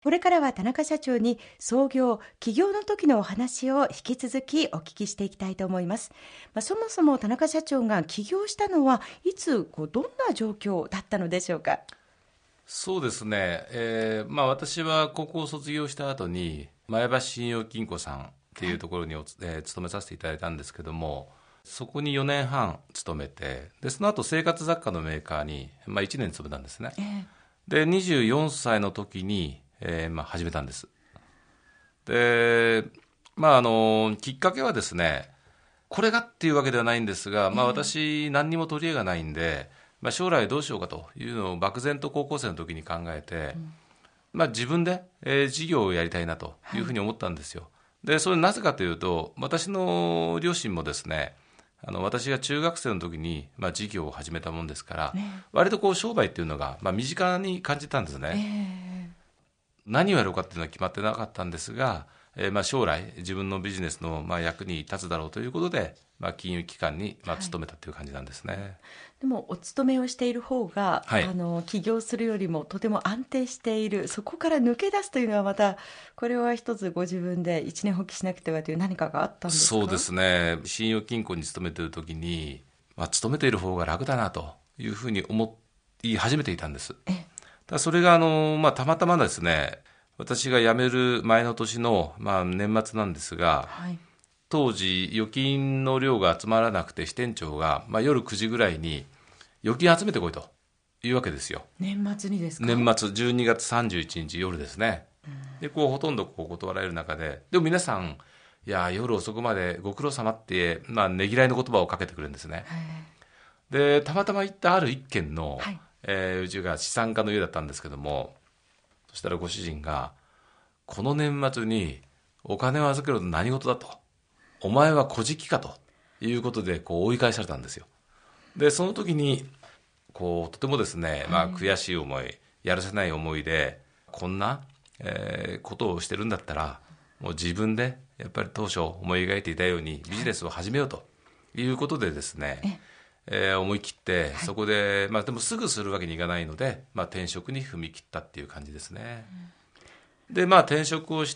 これからは田中社長に創業、起業の時のお話を引き続きお聞きしていきたいと思います。そもそも田中社長が起業したのはいつ、どんな状況だったのでしょうか。 そうですね、私は高校を卒業した後に前橋信用金庫さんっていうところに勤めさせていただいたんですけども、そこに4年半勤めて、でその後生活雑貨のメーカーに、1年勤めたんですね。で24歳の時に、始めたんです。で、きっかけはですね、これがっていうわけではないんですが、私何にも取り柄がないんで、将来どうしようかというのを漠然と高校生の時に考えて、自分で、事業をやりたいなというふうに思ったんですよ。でそれなぜかというと、私の両親もですね、私が中学生の時に、事業を始めたもんですから、割と商売っていうのが、身近に感じたんですね。何をやろうかっていうのは決まってなかったんですが、将来自分のビジネスの、役に立つだろうということで、金融機関に、勤めたという感じなんですね。 でもお勤めをしている方が、起業するよりもとても安定している、そこから抜け出すというのはまたこれは一つご自分で一年発起しなくてはという何かがあったんですか。 そうですね、信用金庫に勤めている時に、勤めている方が楽だなというふうに思い始めていたんです。それがたまたまですね、私が辞める前の年の、年末なんですが、当時預金の量が集まらなくて支店長が、夜9時ぐらいに預金集めてこいというわけですよ。 年末にですか。 年末12月31日夜ですね。でほとんど断られる中で、でも皆さん、いや夜遅くまでご苦労様って、ねぎらいの言葉をかけてくるんですね。でたまたま行ったある一軒の、うちが資産家の家だったんですけども、そしたらご主人が、この年末にお金を預けると何事だと、お前は小じということで追い返されたんですよ。でその時にとてもですね、悔しい思い、やるせない思いで、こんな、ことをしてるんだったらもう自分でやっぱり当初思い描いていたようにビジネスを始めようということでですね、思い切って、そこで、でもすぐするわけにいかないので、転職に踏み切ったっていう感じですね。で転職をして、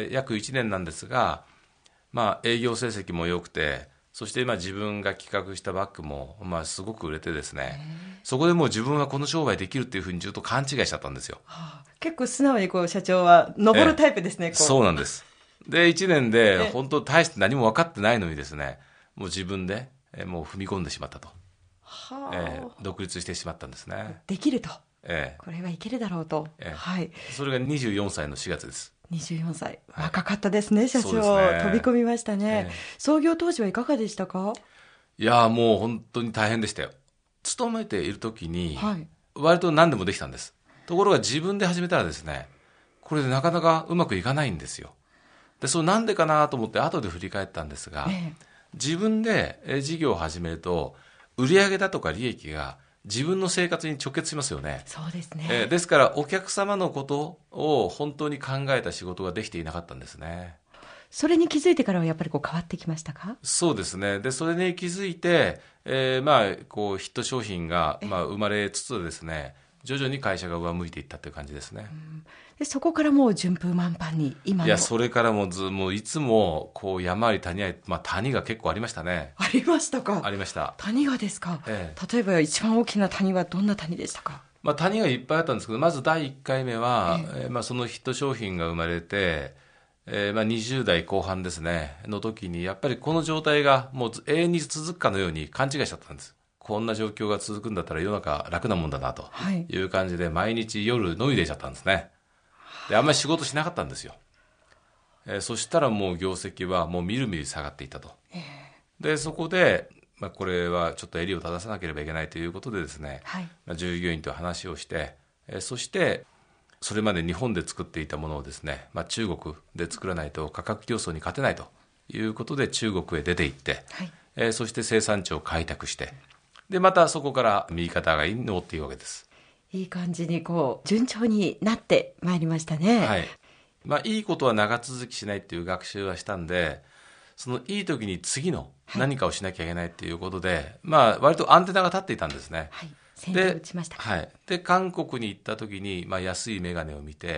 約1年なんですが、営業成績も良くて、そして自分が企画したバッグも、すごく売れてですね、そこでもう自分はこの商売できるっていうふうにずっと勘違いしちゃったんですよ。 結構素直に社長は登るタイプですね。 そうなんです。で1年で本当大して何も分かってないのにですね、もう自分でもう踏み込んでしまったと、独立してしまったんですね。 できると、これはいけるだろうと、 それが24歳の4月です。 24歳、若かったですね、社長。飛び込みましたね。創業当時はいかがでしたか。 いやもう本当に大変でしたよ。勤めている時に、割と何でもできたんです。ところが自分で始めたらですね、これでなかなかうまくいかないんですよ。でそれなんでかなと思って後で振り返ったんですが、自分で事業を始めると売上だとか利益が自分の生活に直結しますよね。 そうですね。 ですからお客様のことを本当に考えた仕事ができていなかったんですね。 それに気づいてからはやっぱり変わってきましたか。 そうですね。でそれに気づいて、ヒット商品が、生まれつつですね、徐々に会社が上向いていったという感じですね。 でそこからもう順風満帆に今の。 いやそれからもういつも山あり谷あり、谷が結構ありましたね。 ありましたか。 ありました。 谷がですか。例えば一番大きな谷はどんな谷でしたか。 谷がいっぱいあったんですけど、まず第1回目は、そのヒット商品が生まれて、20代後半ですねの時に、やっぱりこの状態がもう永遠に続くかのように勘違いしちゃったんです。こんな状況が続くんだったら世の中楽なもんだなという感じで、毎日夜飲み出ちゃったんですね。であんまり仕事しなかったんですよ。そしたらもう業績はもうみるみる下がっていったと。でそこで、これはちょっと襟を正さなければいけないということでですね、従業員と話をして、そしてそれまで日本で作っていたものをですね、中国で作らないと価格競争に勝てないということで中国へ出て行って、そして生産地を開拓して、でまたそこから右肩上がりに登っていくわけです。 いい感じに順調になってまいりましたね。 いいことは長続きしないっていう学習はしたんで、そのいい時に次の何かをしなきゃいけないっていうことで、割とアンテナが立っていたんですね。 先手を打ちました。 で韓国に行った時に、安いメガネを見て、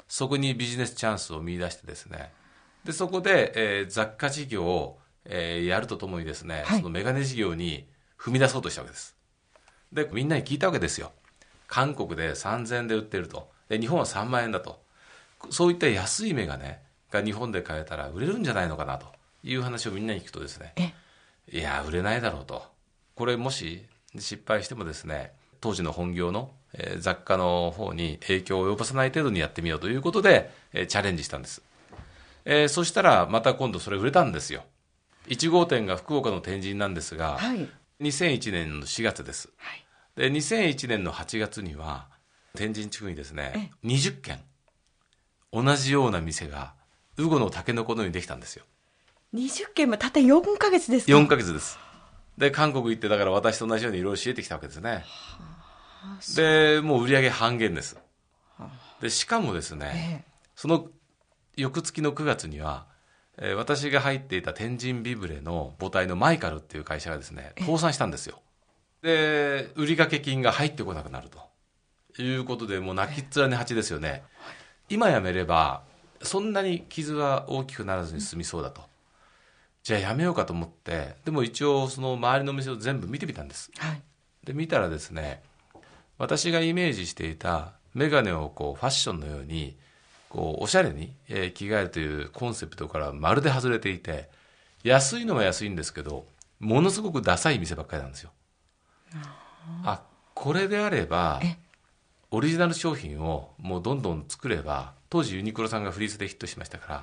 そこにビジネスチャンスを見出してですね、でそこで、雑貨事業を、やるとともにですね、そのメガネ事業に踏み出そうとしたわけです。でみんなに聞いたわけですよ。韓国で3000円で売ってると、で日本は3万円だと、そういった安いメガネが日本で買えたら売れるんじゃないのかなという話をみんなに聞くとですね、いや売れないだろうと、これもし失敗してもですね、当時の本業の雑貨の方に影響を及ぼさない程度にやってみようということでチャレンジしたんです。そしたらまた今度それ売れたんですよ。1号店が福岡の天神なんですが、2001年の4月です。で2001年の8月には天神地区にですね、20軒同じような店がウゴのタケノコのようにできたんですよ。 20件もたった4ヶ月ですか。 4ヶ月です。で韓国行ってだから私と同じようにいろいろ教えてきたわけですね。でもう売り上げ半減です。でしかもですね、その翌月の9月には、私が入っていた天神ビブレの母体のマイカルっていう会社がですね倒産したんですよ。で売掛金が入ってこなくなるということで、もう泣きっ面に蜂ですよね。今やめればそんなに傷は大きくならずに済みそうだと、じゃあやめようかと思って、でも一応その周りの店を全部見てみたんです。で見たらですね、私がイメージしていたメガネをこうファッションのようにこうおしゃれに着替えるというコンセプトからまるで外れていて、安いのは安いんですけどものすごくダサい店ばっかりなんですよ。これであればオリジナル商品をもうどんどん作れば、当時ユニクロさんがフリースでヒットしましたから、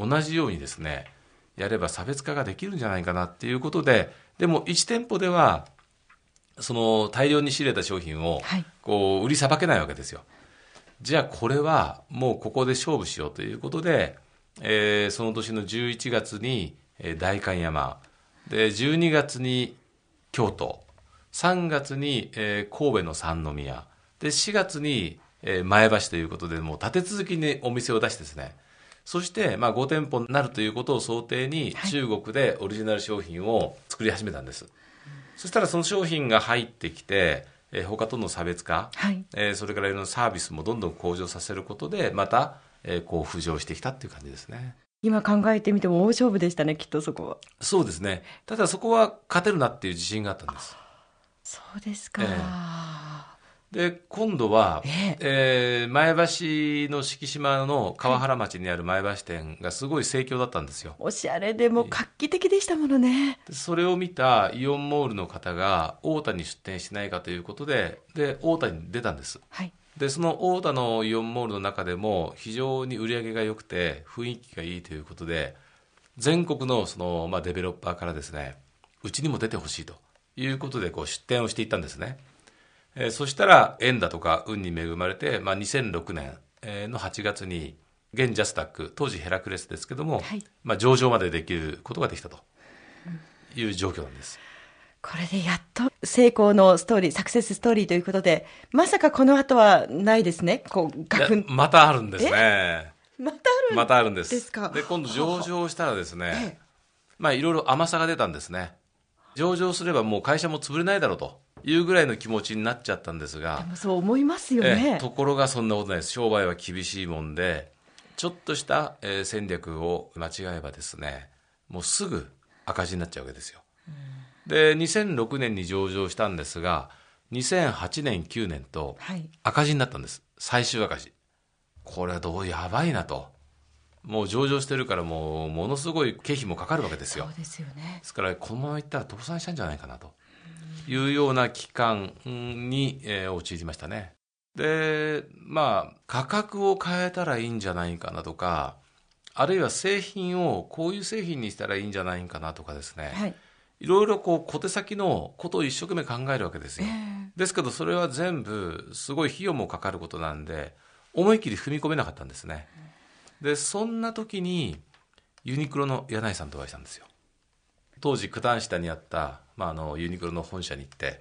同じようにですねやれば差別化ができるんじゃないかなっていうことで、でも1店舗ではその大量に仕入れた商品をこう売りさばけないわけですよ。じゃあこれはもうここで勝負しようということで、その年の11月に代官山で、12月に京都、3月に神戸の三宮で、4月に前橋ということで、もう立て続きにお店を出してですね、そしてまあ5店舗になるということを想定に中国でオリジナル商品を作り始めたんです。そしたらその商品が入ってきて、他との差別化、それからいろんなサービスもどんどん向上させることでまたこう浮上してきたっていう感じですね。 今考えてみても大勝負でしたね、きっとそこは。 そうですね。ただそこは勝てるなっていう自信があったんです。 そうですか。 で今度は、前橋の敷島の川原町にある前橋店がすごい盛況だったんですよ。 おしゃれでも画期的でしたものね。 それを見たイオンモールの方が大田に出店しないかということで、大田に出たんです。でその大田のイオンモールの中でも非常に売り上げが良くて雰囲気がいいということで、全国のその、デベロッパーからですね、うちにも出てほしいということでこう出店をしていったんですね。そしたら縁だとか運に恵まれて、2006年の8月に現ジャスタック、当時ヘラクレスですけども、上場までできることができたという状況なんです。 これでやっと成功のストーリー、サクセスストーリーということで、まさかこの後はないですね。こうガクン、 またあるんですね。 またあるんです。 で今度上場したらですね、いろいろ甘さが出たんですね。上場すればもう会社も潰れないだろうというぐらいの気持ちになっちゃったんですが、 でもそう思いますよね。 ところがそんなことないです。商売は厳しいもんで、ちょっとした戦略を間違えばですね、もうすぐ赤字になっちゃうわけですよ。で2006年に上場したんですが、2008年9年と赤字になったんです。最終赤字。これはやばいなと。もう上場してるからものすごい経費もかかるわけですよ。 そうですよね。 ですからこのままいったら倒産したんじゃないかなというような期間に陥りましたね。で価格を変えたらいいんじゃないかなとか、あるいは製品をこういう製品にしたらいいんじゃないかなとかですね、いろいろこう小手先のことを一生懸命考えるわけですよ。ですけどそれは全部すごい費用もかかることなんで、思い切り踏み込めなかったんですね。でそんな時にユニクロの柳井さんとお会いしたんですよ。当時九段下にあった、ユニクロの本社に行って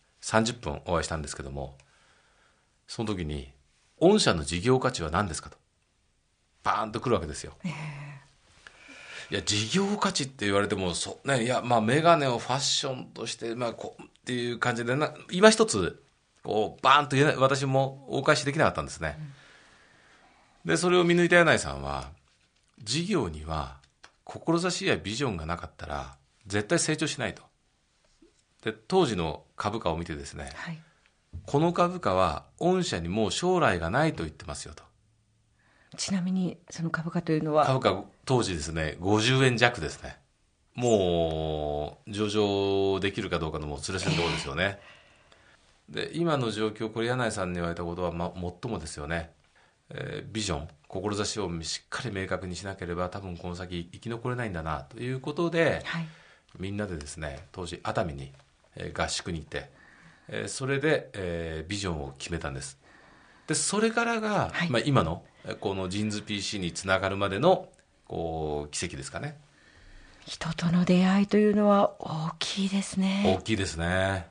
30分お会いしたんですけども、その時に御社の事業価値は何ですかとバーンと来るわけですよ。いや事業価値って言われてもメガネをファッションとしてこうっていう感じで今一つこうバーンと言えない、私もお返しできなかったんですね。 でそれを見抜いた柳井さんは、事業には志やビジョンがなかったら絶対成長しないと。で当時の株価を見てですね、 はい、 この株価は御社にもう将来がないと言ってますよと。 ちなみにその株価というのは、 株価当時ですね、50円弱ですね。もう上場できるかどうかのもうつれするところですよね。で今の状況、これ柳井さんに言われたことは、最もですよね。ビジョン、志をしっかり明確にしなければ多分この先生き残れないんだなということで、 はい、 みんなでですね、当時熱海に合宿に行って、それでビジョンを決めたんです。でそれからが、 はい、 今のこのジンズ PC につながるまでの奇跡ですかね。 人との出会いというのは大きいですね。 大きいですね。